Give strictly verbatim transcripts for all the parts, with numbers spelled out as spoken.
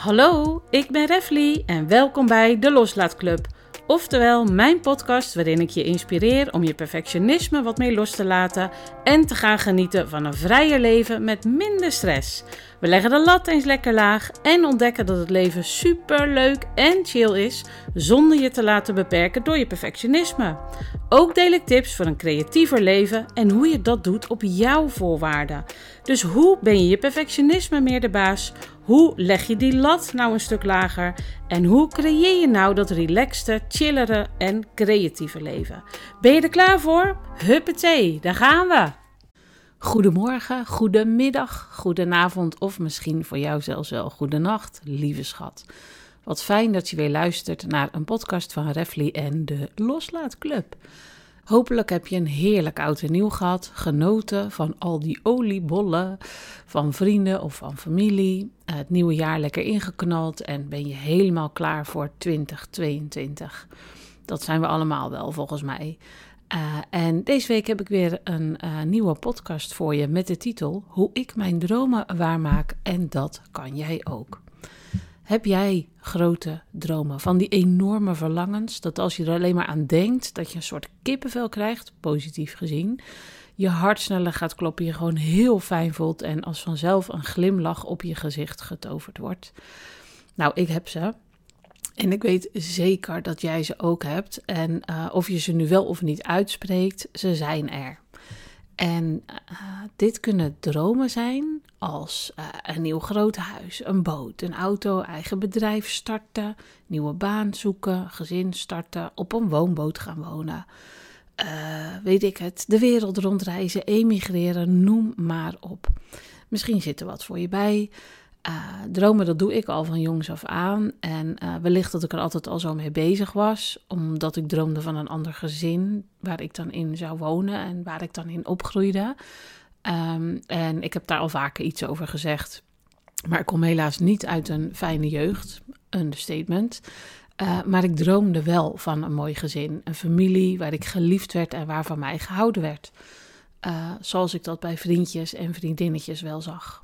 Hallo, ik ben Refly en welkom bij de Loslaatclub. Oftewel mijn podcast waarin ik je inspireer om je perfectionisme wat meer los te laten en te gaan genieten van een vrijer leven met minder stress. We leggen de lat eens lekker laag en ontdekken dat het leven super leuk en chill is zonder je te laten beperken door je perfectionisme. Ook deel ik tips voor een creatiever leven en hoe je dat doet op jouw voorwaarden. Dus hoe ben je je perfectionisme meer de baas? Hoe leg je die lat nou een stuk lager? En hoe creëer je nou dat relaxte, chillere en creatieve leven? Ben je er klaar voor? Huppatee, daar gaan we! Goedemorgen, goedemiddag, goedenavond of misschien voor jou zelfs wel goedenacht, lieve schat. Wat fijn dat je weer luistert naar een podcast van Refly en de Loslaatclub. Hopelijk heb je een heerlijk oud en nieuw gehad, genoten van al die oliebollen van vrienden of van familie. Het nieuwe jaar lekker ingeknald en ben je helemaal klaar voor twintig tweeëntwintig. Dat zijn we allemaal wel volgens mij. Uh, en deze week heb ik weer een uh, nieuwe podcast voor je met de titel Hoe ik mijn dromen waarmaak en dat kan jij ook. Heb jij grote dromen van die enorme verlangens, dat als je er alleen maar aan denkt, dat je een soort kippenvel krijgt, positief gezien, je hart sneller gaat kloppen, je gewoon heel fijn voelt en als vanzelf een glimlach op je gezicht getoverd wordt? Nou, ik heb ze. En ik weet zeker dat jij ze ook hebt. En uh, of je ze nu wel of niet uitspreekt, ze zijn er. En uh, dit kunnen dromen zijn als uh, een nieuw groot huis, een boot, een auto, eigen bedrijf starten, nieuwe baan zoeken, gezin starten, op een woonboot gaan wonen. Uh, weet ik het, de wereld rondreizen, emigreren, noem maar op. Misschien zit er wat voor je bij. Uh, dromen, dat doe ik al van jongs af aan. En uh, wellicht dat ik er altijd al zo mee bezig was. Omdat ik droomde van een ander gezin waar ik dan in zou wonen en waar ik dan in opgroeide. Um, en ik heb daar al vaker iets over gezegd. Maar ik kom helaas niet uit een fijne jeugd. Understatement. Uh, maar ik droomde wel van een mooi gezin. Een familie waar ik geliefd werd en waar van mij gehouden werd. Uh, zoals ik dat bij vriendjes en vriendinnetjes wel zag.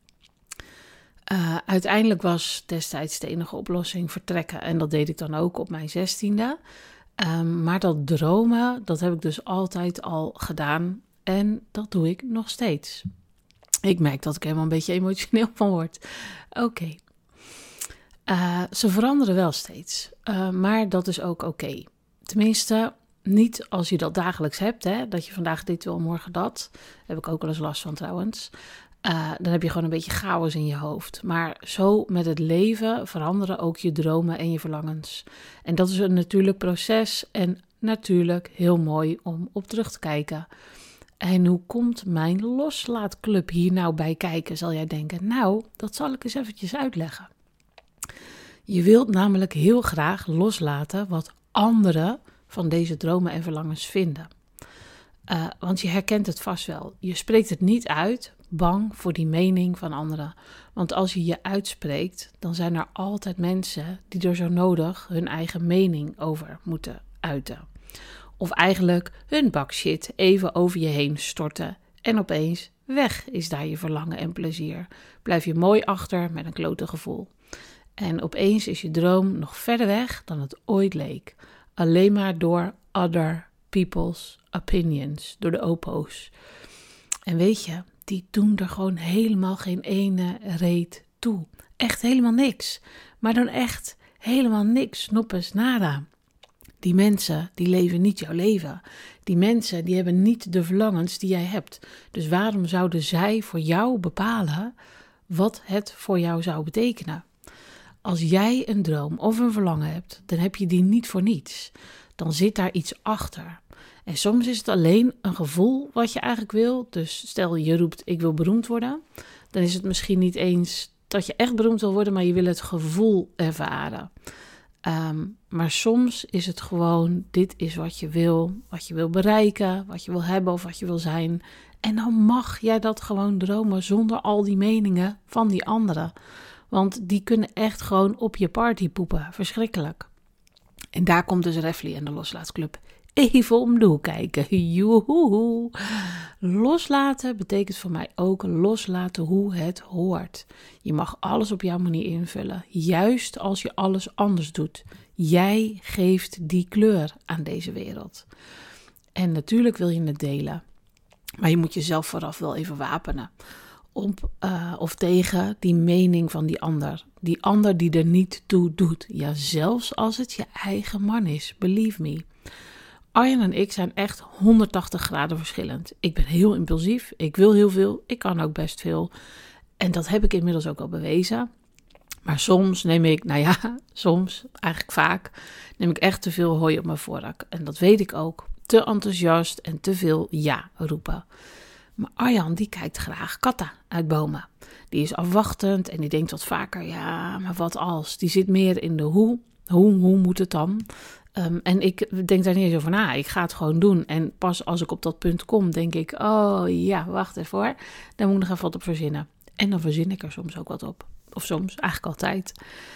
Uh, uiteindelijk was destijds de enige oplossing vertrekken. En dat deed ik dan ook op mijn zestiende. Um, maar dat dromen, dat heb ik dus altijd al gedaan. En dat doe ik nog steeds. Ik merk dat ik helemaal een beetje emotioneel van word. Oké. Okay. Uh, ze veranderen wel steeds. Uh, maar dat is ook oké. Okay. Tenminste, niet als je dat dagelijks hebt. Hè? Dat je vandaag dit wil, morgen dat. Daar heb ik ook wel eens last van trouwens. Uh, dan heb je gewoon een beetje chaos in je hoofd. Maar zo met het leven veranderen ook je dromen en je verlangens. En dat is een natuurlijk proces en natuurlijk heel mooi om op terug te kijken. En hoe komt mijn Loslaatclub hier nou bij kijken, zal jij denken? Nou, dat zal ik eens eventjes uitleggen. Je wilt namelijk heel graag loslaten wat anderen van deze dromen en verlangens vinden. Uh, want je herkent het vast wel. Je spreekt het niet uit, bang voor die mening van anderen. Want als je je uitspreekt, dan zijn er altijd mensen die er zo nodig hun eigen mening over moeten uiten. Of eigenlijk hun bak shit even over je heen storten en opeens weg is daar je verlangen en plezier. Blijf je mooi achter met een klote gevoel. En opeens is je droom nog verder weg dan het ooit leek. Alleen maar door other people's opinions, door de opo's. En weet je, die doen er gewoon helemaal geen ene reet toe. Echt helemaal niks. Maar dan echt helemaal niks, noppes, nada. Die mensen, die leven niet jouw leven. Die mensen, die hebben niet de verlangens die jij hebt. Dus waarom zouden zij voor jou bepalen wat het voor jou zou betekenen? Als jij een droom of een verlangen hebt, dan heb je die niet voor niets. Dan zit daar iets achter. En soms is het alleen een gevoel wat je eigenlijk wil. Dus stel je roept ik wil beroemd worden. Dan is het misschien niet eens dat je echt beroemd wil worden, maar je wil het gevoel ervaren. Um, maar soms is het gewoon dit is wat je wil, wat je wil bereiken, wat je wil hebben of wat je wil zijn. En dan mag jij dat gewoon dromen zonder al die meningen van die anderen. Want die kunnen echt gewoon op je party poepen. Verschrikkelijk. En daar komt dus Refly en de Loslaatclub even om de hoek kijken. Joehoe. Loslaten betekent voor mij ook loslaten hoe het hoort. Je mag alles op jouw manier invullen, juist als je alles anders doet. Jij geeft die kleur aan deze wereld. En natuurlijk wil je het delen, maar je moet jezelf vooraf wel even wapenen. Op uh, of tegen die mening van die ander. Die ander die er niet toe doet. Ja, zelfs als het je eigen man is. Believe me. Arjen en ik zijn echt honderdtachtig graden verschillend. Ik ben heel impulsief. Ik wil heel veel. Ik kan ook best veel. En dat heb ik inmiddels ook al bewezen. Maar soms neem ik, nou ja, soms, eigenlijk vaak, neem ik echt te veel hooi op mijn vork. En dat weet ik ook. Te enthousiast en te veel ja roepen. Maar Arjan, die kijkt graag katten uit bomen. Die is afwachtend en die denkt wat vaker, ja, maar wat als? Die zit meer in de hoe. Hoe, hoe moet het dan? Um, en ik denk daar niet eens over na. Ik ga het gewoon doen. En pas als ik op dat punt kom, denk ik, oh ja, wacht even hoor. Daar moet ik nog even wat op verzinnen. En dan verzin ik er soms ook wat op. Of soms, eigenlijk altijd.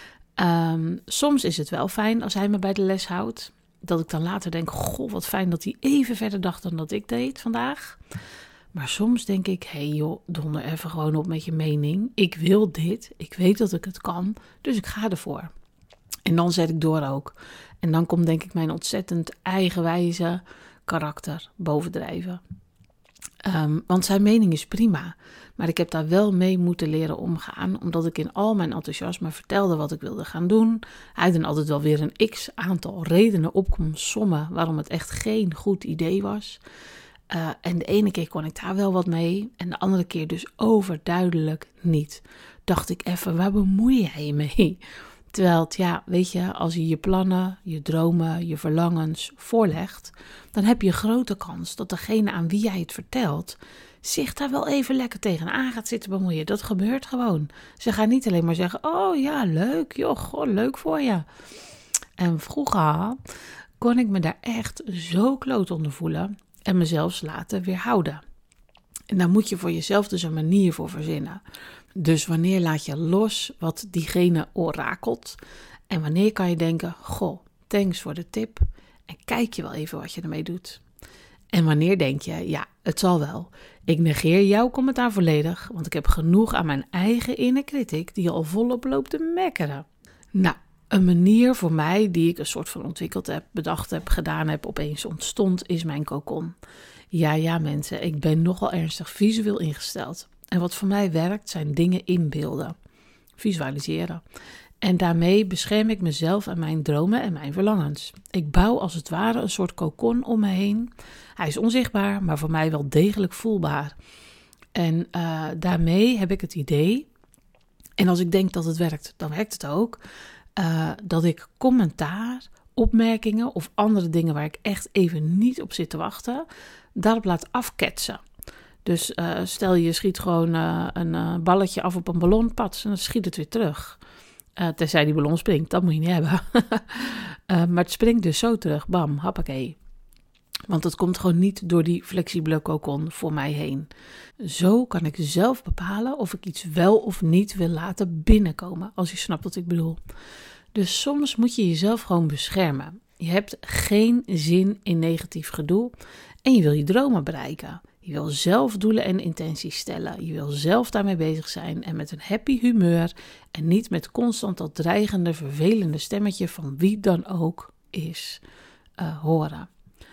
Um, soms is het wel fijn als hij me bij de les houdt. Dat ik dan later denk, goh, wat fijn dat hij even verder dacht dan dat ik deed vandaag. Maar soms denk ik, hé hey joh, donder even gewoon op met je mening. Ik wil dit, ik weet dat ik het kan, dus ik ga ervoor. En dan zet ik door ook. En dan komt denk ik mijn ontzettend eigenwijze karakter bovendrijven. Um, want zijn mening is prima. Maar ik heb daar wel mee moeten leren omgaan. Omdat ik in al mijn enthousiasme vertelde wat ik wilde gaan doen. Hij dan altijd wel weer een x-aantal redenen op kon sommen waarom het echt geen goed idee was. Uh, en de ene keer kon ik daar wel wat mee. En de andere keer dus overduidelijk niet. Dacht ik even, waar bemoei jij je mee? Terwijl het, ja, weet je, als je je plannen, je dromen, je verlangens voorlegt, dan heb je een grote kans dat degene aan wie jij het vertelt zich daar wel even lekker tegenaan gaat zitten bemoeien. Dat gebeurt gewoon. Ze gaan niet alleen maar zeggen, oh ja, leuk, joh, goh, leuk voor je. En vroeger kon ik me daar echt zo kloot onder voelen en mezelf laten weerhouden. En daar moet je voor jezelf dus een manier voor verzinnen. Dus wanneer laat je los wat diegene orakelt? En wanneer kan je denken, goh, thanks voor de tip. En kijk je wel even wat je ermee doet. En wanneer denk je, ja, het zal wel. Ik negeer jouw commentaar volledig, want ik heb genoeg aan mijn eigen inner critic die al volop loopt te mekkeren. Nou, een manier voor mij die ik een soort van ontwikkeld heb, bedacht heb, gedaan heb, opeens ontstond, is mijn cocon. Ja, ja mensen, ik ben nogal ernstig visueel ingesteld. En wat voor mij werkt, zijn dingen inbeelden, visualiseren. En daarmee bescherm ik mezelf en mijn dromen en mijn verlangens. Ik bouw als het ware een soort cocon om me heen. Hij is onzichtbaar, maar voor mij wel degelijk voelbaar. En uh, daarmee heb ik het idee, en als ik denk dat het werkt, dan werkt het ook, uh, dat ik commentaar, opmerkingen of andere dingen waar ik echt even niet op zit te wachten, daarop laat afketsen. Dus uh, stel je schiet gewoon uh, een uh, balletje af op een ballonpad en dan schiet het weer terug. Uh, tenzij die ballon springt, dat moet je niet hebben. uh, maar het springt dus zo terug, bam, hoppakee. Want het komt gewoon niet door die flexibele cocon voor mij heen. Zo kan ik zelf bepalen of ik iets wel of niet wil laten binnenkomen, als je snapt wat ik bedoel. Dus soms moet je jezelf gewoon beschermen. Je hebt geen zin in negatief gedoe en je wil je dromen bereiken. Je wil zelf doelen en intenties stellen. Je wil zelf daarmee bezig zijn en met een happy humeur en niet met constant dat dreigende, vervelende stemmetje van wie dan ook is uh, horen.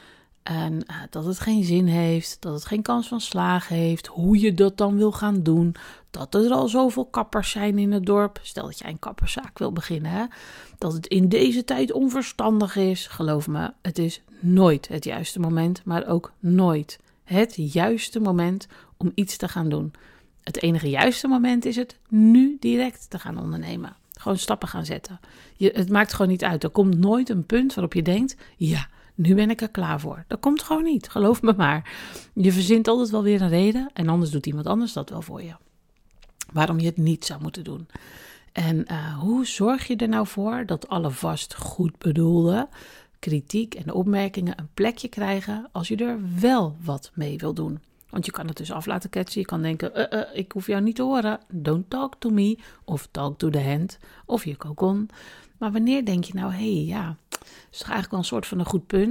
En uh, dat het geen zin heeft, dat het geen kans van slagen heeft, hoe je dat dan wil gaan doen, dat er al zoveel kappers zijn in het dorp. Stel dat jij een kapperszaak wil beginnen, hè? Dat het in deze tijd onverstandig is. Geloof me, het is nooit het juiste moment, maar ook nooit het juiste moment om iets te gaan doen. Het enige juiste moment is het nu direct te gaan ondernemen. Gewoon stappen gaan zetten. Je, het maakt gewoon niet uit. Er komt nooit een punt waarop je denkt, ja, nu ben ik er klaar voor. Dat komt gewoon niet, geloof me maar. Je verzint altijd wel weer een reden en anders doet iemand anders dat wel voor je. Waarom je het niet zou moeten doen. En uh, hoe zorg je er nou voor dat alle vast goed bedoelde kritiek en opmerkingen een plekje krijgen als je er wel wat mee wil doen? Want je kan het dus af laten ketsen. Je kan denken, uh, uh, ik hoef jou niet te horen. Don't talk to me. Of talk to the hand. Of je cocon. Maar wanneer denk je nou, hé hey, ja, is toch eigenlijk wel een soort van een goed punt.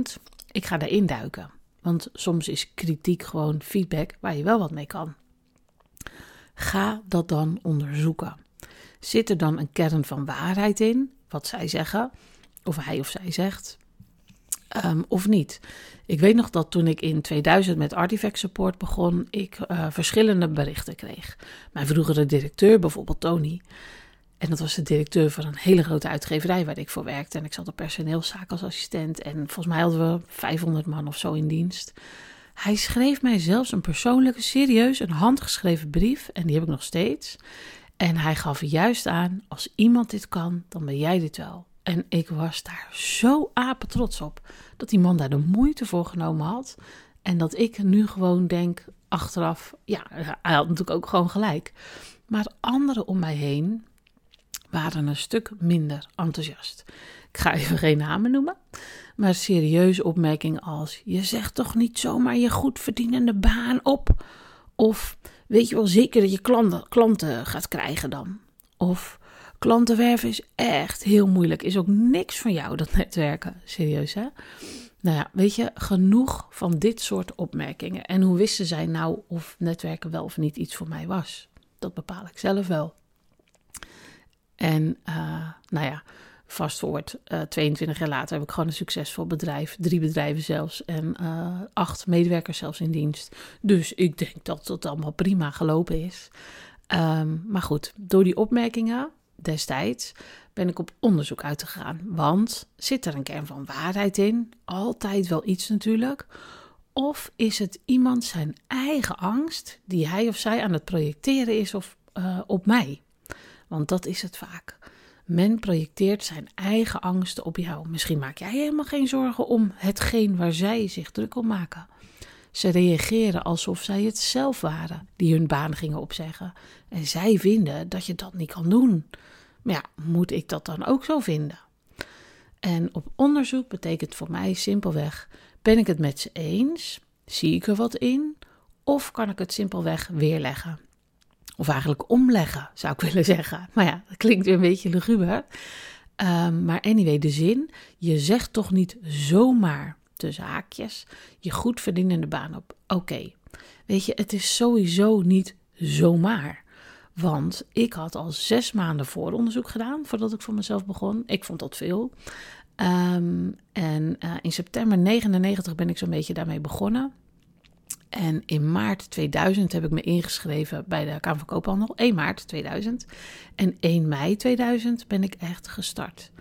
ik ga daarin duiken. Want soms is kritiek gewoon feedback waar je wel wat mee kan. Ga dat dan onderzoeken. Zit er dan een kern van waarheid in, wat zij zeggen, of hij of zij zegt, um, of niet? Ik weet nog dat toen ik in tweeduizend met Artifact Support begon, ik uh, verschillende berichten kreeg. Mijn vroegere directeur, bijvoorbeeld Tony, en dat was de directeur van een hele grote uitgeverij waar ik voor werkte. En ik zat op personeelszaken als assistent en volgens mij hadden we vijfhonderd man of zo in dienst. Hij schreef mij zelfs een persoonlijke, serieus, een handgeschreven brief, en die heb ik nog steeds. En hij gaf juist aan, als iemand dit kan, dan ben jij dit wel. En ik was daar zo apetrots op, dat die man daar de moeite voor genomen had. En dat ik nu gewoon denk, achteraf, ja, hij had natuurlijk ook gewoon gelijk. Maar anderen om mij heen waren een stuk minder enthousiast. Ik ga even geen namen noemen, maar serieuze opmerkingen als, je zegt toch niet zomaar je goed verdienende baan op? Of weet je wel zeker dat je klanten, klanten gaat krijgen dan? Of klantenwerven is echt heel moeilijk, is ook niks van jou, dat netwerken. Serieus, hè? Nou ja, weet je, genoeg van dit soort opmerkingen. En hoe wisten zij nou of netwerken wel of niet iets voor mij was? Dat bepaal ik zelf wel. En uh, nou ja, fast forward, uh, tweeëntwintig jaar later heb ik gewoon een succesvol bedrijf. Drie bedrijven zelfs en uh, acht medewerkers zelfs in dienst. Dus ik denk dat het allemaal prima gelopen is. Um, maar goed, door die opmerkingen destijds ben ik op onderzoek uitgegaan. Want zit er een kern van waarheid in? Altijd wel iets natuurlijk. Of is het iemand zijn eigen angst die hij of zij aan het projecteren is of, uh, op mij? Want dat is het vaak. Men projecteert zijn eigen angsten op jou. Misschien maak jij helemaal geen zorgen om hetgeen waar zij zich druk om maken. Ze reageren alsof zij het zelf waren die hun baan gingen opzeggen. En zij vinden dat je dat niet kan doen. Maar ja, moet ik dat dan ook zo vinden? En op onderzoek betekent voor mij simpelweg, ben ik het met ze eens? Zie ik er wat in? Of kan ik het simpelweg weerleggen? Of eigenlijk omleggen, zou ik willen zeggen. Maar ja, dat klinkt weer een beetje luguber. Um, maar anyway, de zin, je zegt toch niet zomaar, tussen haakjes, je goed verdienende baan op. Oké, okay. Weet je, het is sowieso niet zomaar. Want ik had al zes maanden vooronderzoek gedaan, voordat ik voor mezelf begon. Ik vond dat veel. Um, en uh, in september negenennegentig ben ik zo'n beetje daarmee begonnen. En in maart tweeduizend heb ik me ingeschreven bij de Kamer van Koophandel. één maart tweeduizend. En één mei tweeduizend ben ik echt gestart.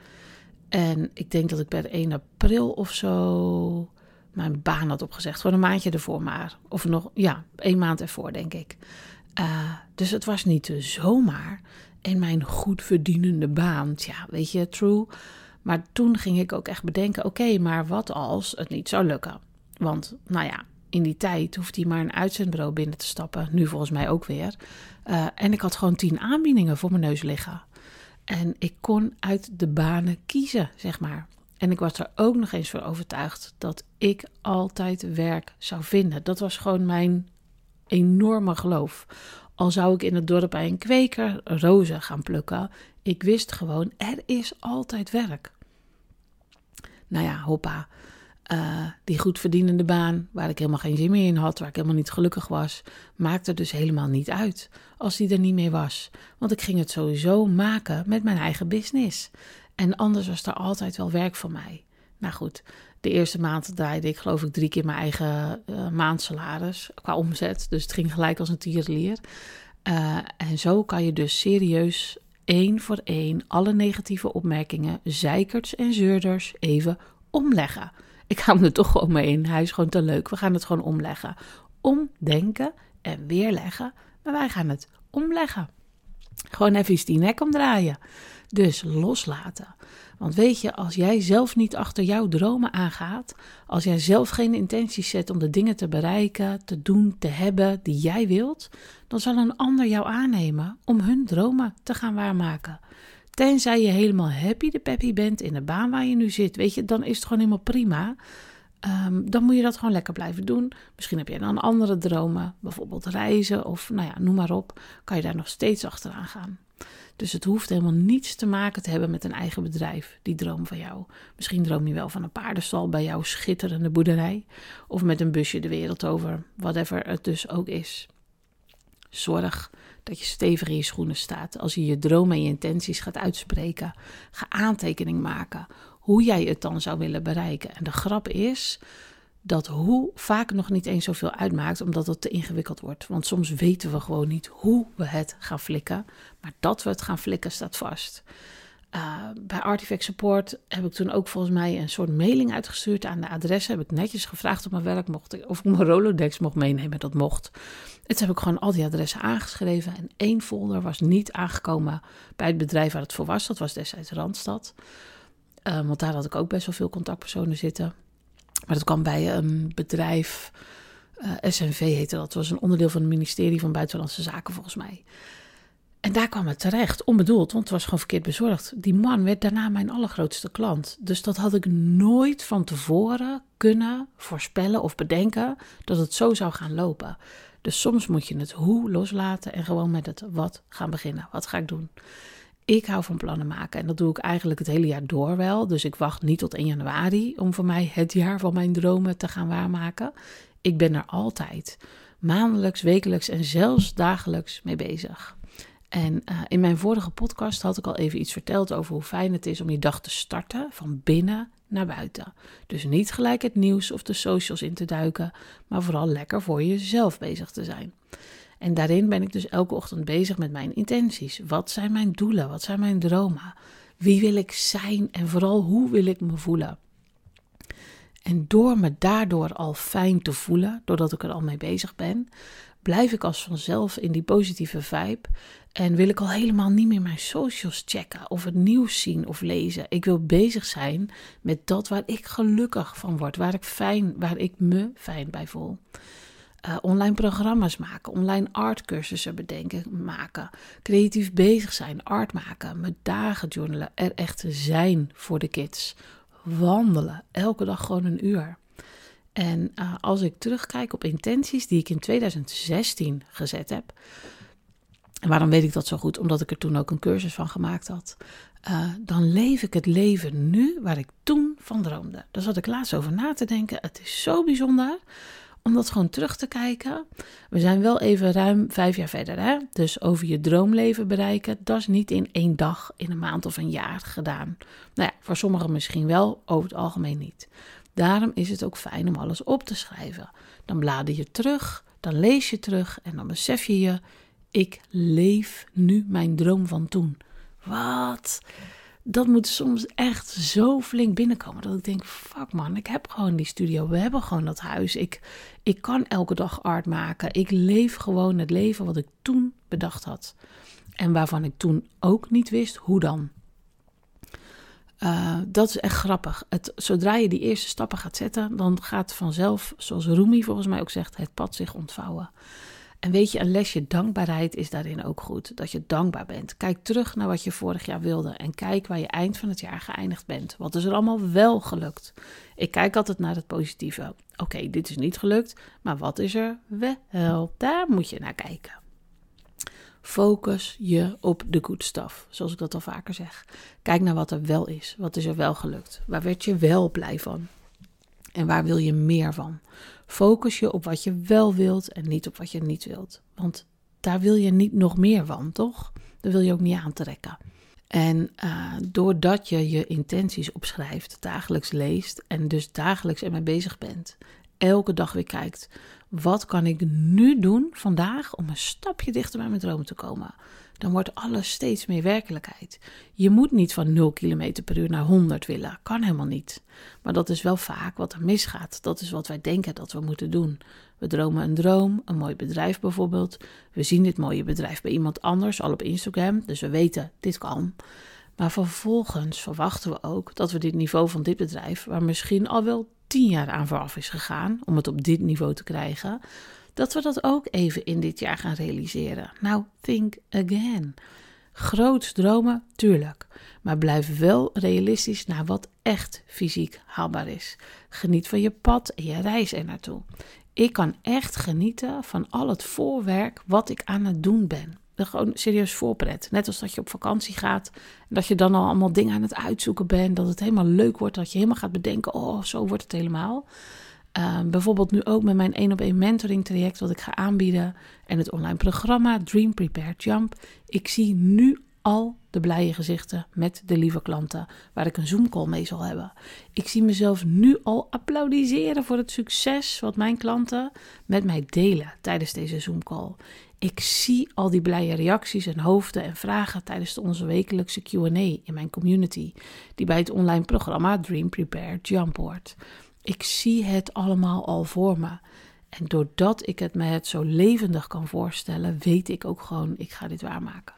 En ik denk dat ik per één april of zo mijn baan had opgezegd. Gewoon een maandje ervoor maar. Of nog, ja, één maand ervoor denk ik. Uh, dus het was niet zomaar. En mijn goed verdienende baan, tja, weet je, true. Maar toen ging ik ook echt bedenken, oké, okay, maar wat als het niet zou lukken? Want, nou ja, in die tijd hoefde hij maar een uitzendbureau binnen te stappen. Nu volgens mij ook weer. Uh, en ik had gewoon tien aanbiedingen voor mijn neus liggen. En ik kon uit de banen kiezen, zeg maar. En ik was er ook nog eens voor overtuigd dat ik altijd werk zou vinden. Dat was gewoon mijn enorme geloof. Al zou ik in het dorp bij een kweker rozen gaan plukken. Ik wist gewoon, er is altijd werk. Nou ja, hoppa. Uh, die goed verdienende baan, waar ik helemaal geen zin meer in had, waar ik helemaal niet gelukkig was, maakte dus helemaal niet uit als die er niet meer was. Want ik ging het sowieso maken met mijn eigen business. En anders was er altijd wel werk voor mij. Nou goed, de eerste maand draaide ik geloof ik drie keer mijn eigen uh, maandsalaris qua omzet. Dus het ging gelijk als een tierenlier. Uh, en zo kan je dus serieus één voor één alle negatieve opmerkingen, zeikerts en zeurders even omleggen. Ik hou hem er toch gewoon mee in. Hij is gewoon te leuk. We gaan het gewoon omleggen. Omdenken en weerleggen. Maar wij gaan het omleggen. Gewoon even die nek omdraaien. Dus loslaten. Want weet je, als jij zelf niet achter jouw dromen aangaat, als jij zelf geen intenties zet om de dingen te bereiken, te doen, te hebben die jij wilt, dan zal een ander jou aannemen om hun dromen te gaan waarmaken. Tenzij je helemaal happy de peppy bent in de baan waar je nu zit, weet je, dan is het gewoon helemaal prima. Um, dan moet je dat gewoon lekker blijven doen. Misschien heb je dan andere dromen, bijvoorbeeld reizen of nou ja, noem maar op. Kan je daar nog steeds achteraan gaan. Dus het hoeft helemaal niets te maken te hebben met een eigen bedrijf, die droom van jou. Misschien droom je wel van een paardenstal bij jouw schitterende boerderij. Of met een busje de wereld over, whatever het dus ook is. Zorg dat je stevig in je schoenen staat. Als je je dromen en je intenties gaat uitspreken. Ga aantekening maken hoe jij het dan zou willen bereiken. En de grap is dat hoe vaak nog niet eens zoveel uitmaakt, omdat het te ingewikkeld wordt. Want soms weten we gewoon niet hoe we het gaan flikken. Maar dat we het gaan flikken staat vast. Uh, bij Artifact Support heb ik toen ook volgens mij een soort mailing uitgestuurd aan de adressen. Heb ik netjes gevraagd op mijn werk mocht ik, of ik mijn Rolodex mocht meenemen. Dat mocht. En toen heb ik gewoon al die adressen aangeschreven. En één folder was niet aangekomen bij het bedrijf waar het voor was. Dat was destijds Randstad. Uh, want daar had ik ook best wel veel contactpersonen zitten. Maar dat kwam bij een bedrijf, uh, S N V heette dat. Dat was een onderdeel van het ministerie van Buitenlandse Zaken volgens mij. En daar kwam het terecht, onbedoeld, want het was gewoon verkeerd bezorgd. Die man werd daarna mijn allergrootste klant. Dus dat had ik nooit van tevoren kunnen voorspellen of bedenken dat het zo zou gaan lopen. Dus soms moet je het hoe loslaten en gewoon met het wat gaan beginnen. Wat ga ik doen? Ik hou van plannen maken en dat doe ik eigenlijk het hele jaar door wel. Dus ik wacht niet tot één januari om voor mij het jaar van mijn dromen te gaan waarmaken. Ik ben er altijd, maandelijks, wekelijks en zelfs dagelijks mee bezig. En uh, in mijn vorige podcast had ik al even iets verteld over hoe fijn het is om je dag te starten van binnen naar buiten. Dus niet gelijk het nieuws of de socials in te duiken, maar vooral lekker voor jezelf bezig te zijn. En daarin ben ik dus elke ochtend bezig met mijn intenties. Wat zijn mijn doelen? Wat zijn mijn dromen? Wie wil ik zijn en vooral hoe wil ik me voelen? En door me daardoor al fijn te voelen, doordat ik er al mee bezig ben, blijf ik als vanzelf in die positieve vibe en wil ik al helemaal niet meer mijn socials checken of het nieuws zien of lezen. Ik wil bezig zijn met dat waar ik gelukkig van word, waar ik fijn, waar ik me fijn bij voel. Uh, online programma's maken, online artcursussen bedenken, maken, creatief bezig zijn, art maken, mijn dagen journalen, er echt zijn voor de kids, wandelen, elke dag gewoon een uur. En uh, als ik terugkijk op intenties die ik in tweeduizend zestien gezet heb, en waarom weet ik dat zo goed? Omdat ik er toen ook een cursus van gemaakt had. Uh, dan leef ik het leven nu waar ik toen van droomde. Daar zat ik laatst over na te denken. Het is zo bijzonder om dat gewoon terug te kijken. We zijn wel even ruim vijf jaar verder. Hè? Dus over je droomleven bereiken, dat is niet in één dag, in een maand of een jaar gedaan. Nou ja, voor sommigen misschien wel, over het algemeen niet. Daarom is het ook fijn om alles op te schrijven. Dan blader je terug, dan lees je terug en dan besef je je, ik leef nu mijn droom van toen. Wat? Dat moet soms echt zo flink binnenkomen dat ik denk, fuck man, ik heb gewoon die studio, we hebben gewoon dat huis. Ik, ik kan elke dag art maken. Ik leef gewoon het leven wat ik toen bedacht had. En waarvan ik toen ook niet wist, hoe dan? Uh, dat is echt grappig. Het, zodra je die eerste stappen gaat zetten, dan gaat vanzelf, zoals Rumi volgens mij ook zegt, het pad zich ontvouwen. En weet je, een lesje dankbaarheid is daarin ook goed. Dat je dankbaar bent. Kijk terug naar wat je vorig jaar wilde. En kijk waar je eind van het jaar geëindigd bent. Wat is er allemaal wel gelukt? Ik kijk altijd naar het positieve. Oké, okay, dit is niet gelukt. Maar wat is er wel? Daar moet je naar kijken. Focus je op de good stuff. Zoals ik dat al vaker zeg. Kijk naar wat er wel is. Wat is er wel gelukt? Waar werd je wel blij van? En waar wil je meer van? Focus je op wat je wel wilt en niet op wat je niet wilt. Want daar wil je niet nog meer van, toch? Daar wil je ook niet aantrekken. En uh, doordat je je intenties opschrijft, dagelijks leest en dus dagelijks ermee bezig bent, elke dag weer kijkt, wat kan ik nu doen vandaag om een stapje dichter bij mijn droom te komen? Dan wordt alles steeds meer werkelijkheid. Je moet niet van nul kilometer per uur naar honderd willen. Kan helemaal niet. Maar dat is wel vaak wat er misgaat. Dat is wat wij denken dat we moeten doen. We dromen een droom, een mooi bedrijf bijvoorbeeld. We zien dit mooie bedrijf bij iemand anders, al op Instagram. Dus we weten, dit kan. Maar vervolgens verwachten we ook dat we dit niveau van dit bedrijf, waar misschien al wel tien jaar aan vooraf is gegaan om het op dit niveau te krijgen, dat we dat ook even in dit jaar gaan realiseren. Nou, think again. Groots dromen, tuurlijk. Maar blijf wel realistisch naar wat echt fysiek haalbaar is. Geniet van je pad en je reis er naartoe. Ik kan echt genieten van al het voorwerk wat ik aan het doen ben. de gewoon serieus voorpret. Net als dat je op vakantie gaat en dat je dan al allemaal dingen aan het uitzoeken bent. Dat het helemaal leuk wordt, dat je helemaal gaat bedenken, oh, zo wordt het helemaal. Uh, bijvoorbeeld nu ook met mijn één op één mentoring traject wat ik ga aanbieden. En het online programma Dream Prepare Jump. Ik zie nu al de blije gezichten met de lieve klanten waar ik een Zoom call mee zal hebben. Ik zie mezelf nu al applaudisseren voor het succes wat mijn klanten met mij delen tijdens deze Zoom call. Ik zie al die blije reacties en hoofden en vragen tijdens onze wekelijkse Q en A in mijn community, die bij het online programma Dream Prepare Jump hoort. Ik zie het allemaal al voor me. En doordat ik het me het zo levendig kan voorstellen, weet ik ook gewoon, ik ga dit waarmaken.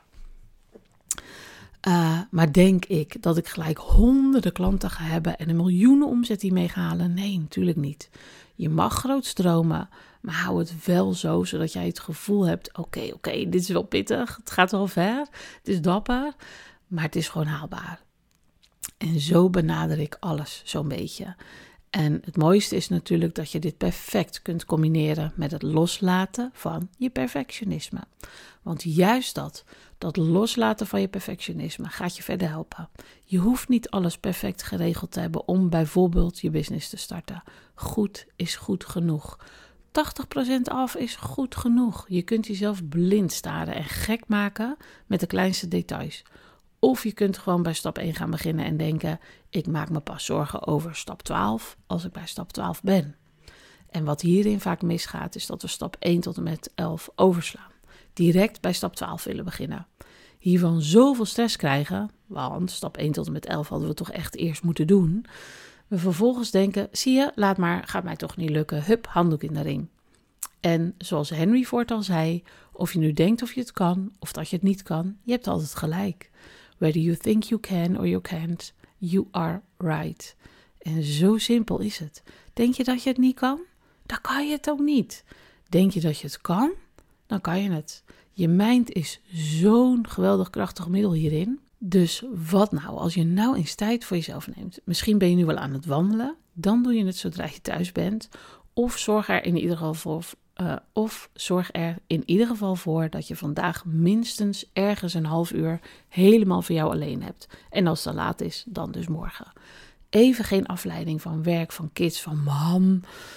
Uh, maar denk ik dat ik gelijk honderden klanten ga hebben en een miljoenen omzet hiermee ga halen? Nee, natuurlijk niet. Je mag groot stromen, maar hou het wel zo, zodat jij het gevoel hebt, oké, okay, oké, okay, dit is wel pittig, het gaat wel ver, het is dapper, maar het is gewoon haalbaar. En zo benader ik alles zo'n beetje. En het mooiste is natuurlijk dat je dit perfect kunt combineren met het loslaten van je perfectionisme. Want juist dat, dat loslaten van je perfectionisme gaat je verder helpen. Je hoeft niet alles perfect geregeld te hebben om bijvoorbeeld je business te starten. Goed is goed genoeg. tachtig procent af is goed genoeg. Je kunt jezelf blind staren en gek maken met de kleinste details. Of je kunt gewoon bij stap één gaan beginnen en denken, ik maak me pas zorgen over stap twaalf als ik bij stap twaalf ben. En wat hierin vaak misgaat is dat we stap één tot en met elf overslaan. Direct bij stap twaalf willen beginnen. Hiervan zoveel stress krijgen, want stap één tot en met elf hadden we toch echt eerst moeten doen. We vervolgens denken, zie je, laat maar, gaat mij toch niet lukken, hup, handdoek in de ring. En zoals Henry Ford al zei, of je nu denkt of je het kan of dat je het niet kan, je hebt altijd gelijk. Whether you think you can or you can't, you are right. En zo simpel is het. Denk je dat je het niet kan? Dan kan je het ook niet. Denk je dat je het kan? Dan kan je het. Je mind is zo'n geweldig krachtig middel hierin. Dus wat nou als je nou eens tijd voor jezelf neemt? Misschien ben je nu wel aan het wandelen. Dan doe je het zodra je thuis bent. Of zorg er in ieder geval voor... Uh, of zorg er in ieder geval voor dat je vandaag minstens ergens een half uur helemaal voor jou alleen hebt. En als het te laat is, dan dus morgen. Even geen afleiding van werk, van kids, van mam.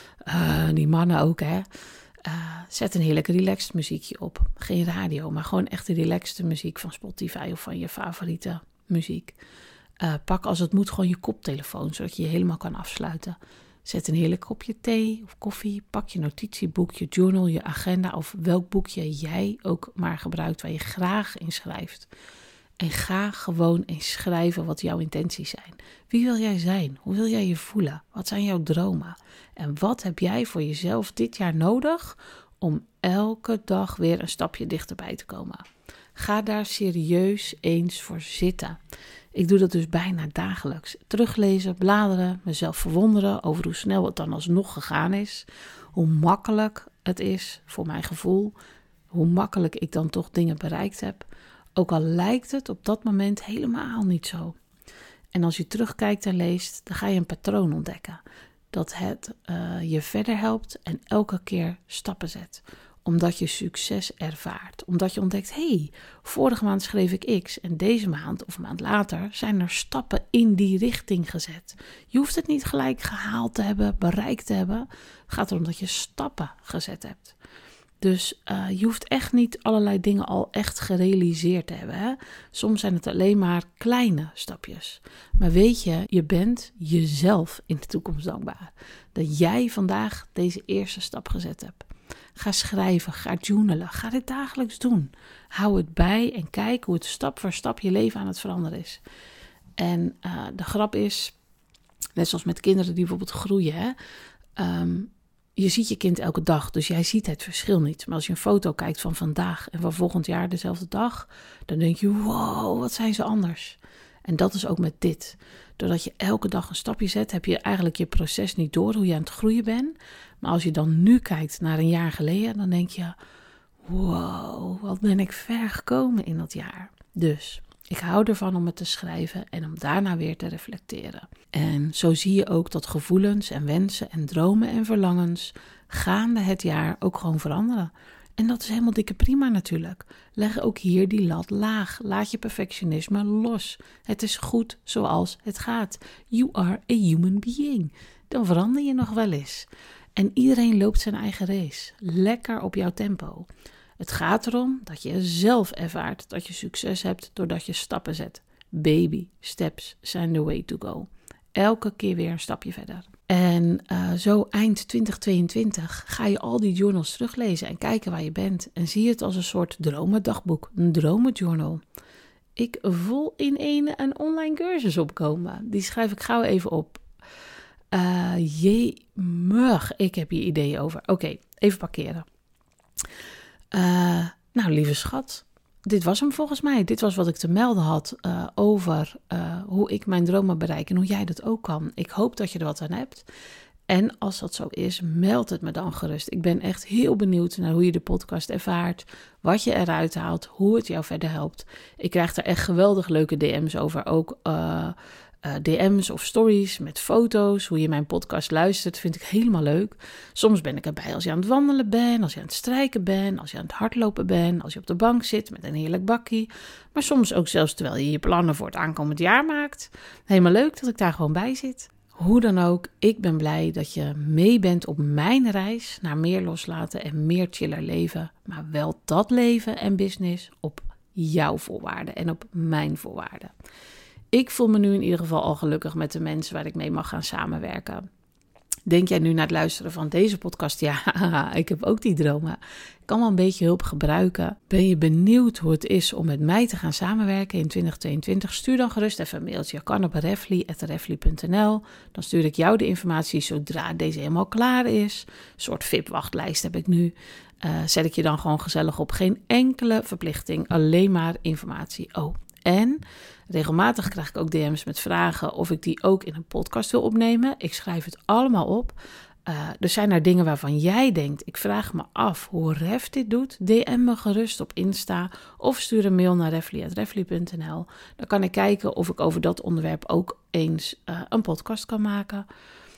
Uh, die mannen ook, hè. Uh, zet een heerlijke relaxed muziekje op. Geen radio, maar gewoon echt de relaxte muziek van Spotify of van je favoriete muziek. Uh, pak als het moet gewoon je koptelefoon, zodat je je helemaal kan afsluiten. Zet een heerlijk kopje thee of koffie. Pak je notitieboek, je journal, je agenda of welk boekje jij ook maar gebruikt waar je graag in schrijft. En ga gewoon eens schrijven wat jouw intenties zijn. Wie wil jij zijn? Hoe wil jij je voelen? Wat zijn jouw dromen? En wat heb jij voor jezelf dit jaar nodig om elke dag weer een stapje dichterbij te komen? Ga daar serieus eens voor zitten. Ik doe dat dus bijna dagelijks. Teruglezen, bladeren, mezelf verwonderen over hoe snel het dan alsnog gegaan is. Hoe makkelijk het is, voor mijn gevoel. Hoe makkelijk ik dan toch dingen bereikt heb. Ook al lijkt het op dat moment helemaal niet zo. En als je terugkijkt en leest, dan ga je een patroon ontdekken. Dat het uh, je verder helpt en elke keer stappen zet. Omdat je succes ervaart. Omdat je ontdekt, hé, hey, vorige maand schreef ik X en deze maand of een maand later zijn er stappen in die richting gezet. Je hoeft het niet gelijk gehaald te hebben, bereikt te hebben. Het gaat erom dat je stappen gezet hebt. Dus uh, je hoeft echt niet allerlei dingen al echt gerealiseerd te hebben. Hè? Soms zijn het alleen maar kleine stapjes. Maar weet je, je bent jezelf in de toekomst dankbaar. Dat jij vandaag deze eerste stap gezet hebt. Ga schrijven, ga journalen, ga dit dagelijks doen. Hou het bij en kijk hoe het stap voor stap je leven aan het veranderen is. En uh, de grap is, net zoals met kinderen die bijvoorbeeld groeien, hè, um, je ziet je kind elke dag, dus jij ziet het verschil niet. Maar als je een foto kijkt van vandaag en van volgend jaar dezelfde dag, dan denk je, wow, wat zijn ze anders. En dat is ook met dit. Doordat je elke dag een stapje zet, heb je eigenlijk je proces niet door, hoe je aan het groeien bent. Maar als je dan nu kijkt naar een jaar geleden, dan denk je, wow, wat ben ik ver gekomen in dat jaar. Dus ik hou ervan om het te schrijven en om daarna weer te reflecteren. En zo zie je ook dat gevoelens en wensen en dromen en verlangens gaande het jaar ook gewoon veranderen. En dat is helemaal dikke prima natuurlijk. Leg ook hier die lat laag. Laat je perfectionisme los. Het is goed zoals het gaat. You are a human being. Dan verander je nog wel eens. En iedereen loopt zijn eigen race. Lekker op jouw tempo. Het gaat erom dat je zelf ervaart dat je succes hebt doordat je stappen zet. Baby steps zijn the way to go. Elke keer weer een stapje verder. En uh, zo eind twintig tweeëntwintig ga je al die journals teruglezen en kijken waar je bent. En zie het als een soort dromendagboek, een dromenjournal. Ik voel in een een online cursus opkomen. Die schrijf ik gauw even op. Uh, Jemig, ik heb hier ideeën over. Oké, okay, even parkeren. Uh, nou, lieve schat, dit was hem volgens mij. Dit was wat ik te melden had uh, over uh, hoe ik mijn dromen bereik en hoe jij dat ook kan. Ik hoop dat je er wat aan hebt. En als dat zo is, meld het me dan gerust. Ik ben echt heel benieuwd naar hoe je de podcast ervaart, wat je eruit haalt, hoe het jou verder helpt. Ik krijg er echt geweldig leuke D M's over, ook uh, uh, D M's of stories met foto's, hoe je mijn podcast luistert, vind ik helemaal leuk. Soms ben ik erbij als je aan het wandelen bent, als je aan het strijken bent, als je aan het hardlopen bent, als je op de bank zit met een heerlijk bakkie. Maar soms ook zelfs terwijl je je plannen voor het aankomend jaar maakt. Helemaal leuk dat ik daar gewoon bij zit. Hoe dan ook, ik ben blij dat je mee bent op mijn reis naar meer loslaten en meer chiller leven. Maar wel dat leven en business op jouw voorwaarden en op mijn voorwaarden. Ik voel me nu in ieder geval al gelukkig met de mensen waar ik mee mag gaan samenwerken. Denk jij nu na het luisteren van deze podcast, ja, ik heb ook die dromen. Ik kan wel een beetje hulp gebruiken. Ben je benieuwd hoe het is om met mij te gaan samenwerken in twintig tweeëntwintig? Stuur dan gerust even een mailtje. Kan op refly at refly punt n l. Dan stuur ik jou de informatie zodra deze helemaal klaar is. Een soort V I P-wachtlijst heb ik nu. Uh, zet ik je dan gewoon gezellig op. Geen enkele verplichting, alleen maar informatie. Oh, en regelmatig krijg ik ook D M's met vragen of ik die ook in een podcast wil opnemen. Ik schrijf het allemaal op. Uh, er zijn er dingen waarvan jij denkt, ik vraag me af hoe Ref dit doet. D M me gerust op Insta of stuur een mail naar refly at refly punt n l. Dan kan ik kijken of ik over dat onderwerp ook eens uh, een podcast kan maken.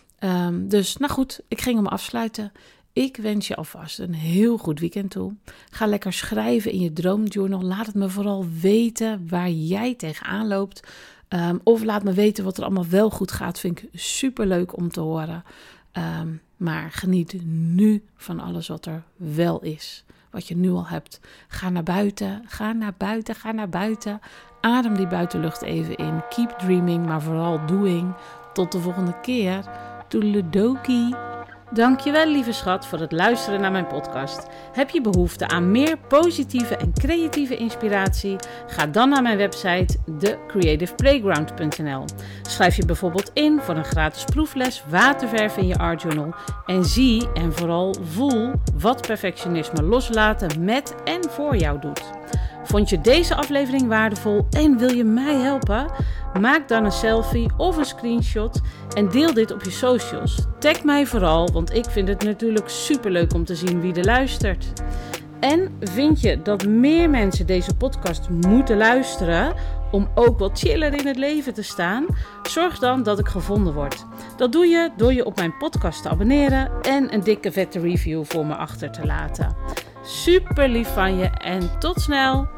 Um, dus nou goed, ik ging hem afsluiten. Ik wens je alvast een heel goed weekend toe. Ga lekker schrijven in je droomjournal. Laat het me vooral weten waar jij tegenaan loopt. Um, of laat me weten wat er allemaal wel goed gaat. Vind ik superleuk om te horen. Um, maar geniet nu van alles wat er wel is. Wat je nu al hebt. Ga naar buiten, ga naar buiten, ga naar buiten. Adem die buitenlucht even in. Keep dreaming, maar vooral doing. Tot de volgende keer. Toedeledokie. Dankjewel lieve schat voor het luisteren naar mijn podcast. Heb je behoefte aan meer positieve en creatieve inspiratie? Ga dan naar mijn website the creative playground punt n l. Schrijf je bijvoorbeeld in voor een gratis proefles waterverf in je art journal en zie en vooral voel wat perfectionisme loslaten met en voor jou doet. Vond je deze aflevering waardevol en wil je mij helpen? Maak dan een selfie of een screenshot en deel dit op je socials. Tag mij vooral, want ik vind het natuurlijk superleuk om te zien wie er luistert. En vind je dat meer mensen deze podcast moeten luisteren om ook wat chiller in het leven te staan? Zorg dan dat ik gevonden word. Dat doe je door je op mijn podcast te abonneren en een dikke vette review voor me achter te laten. Super lief van je en tot snel!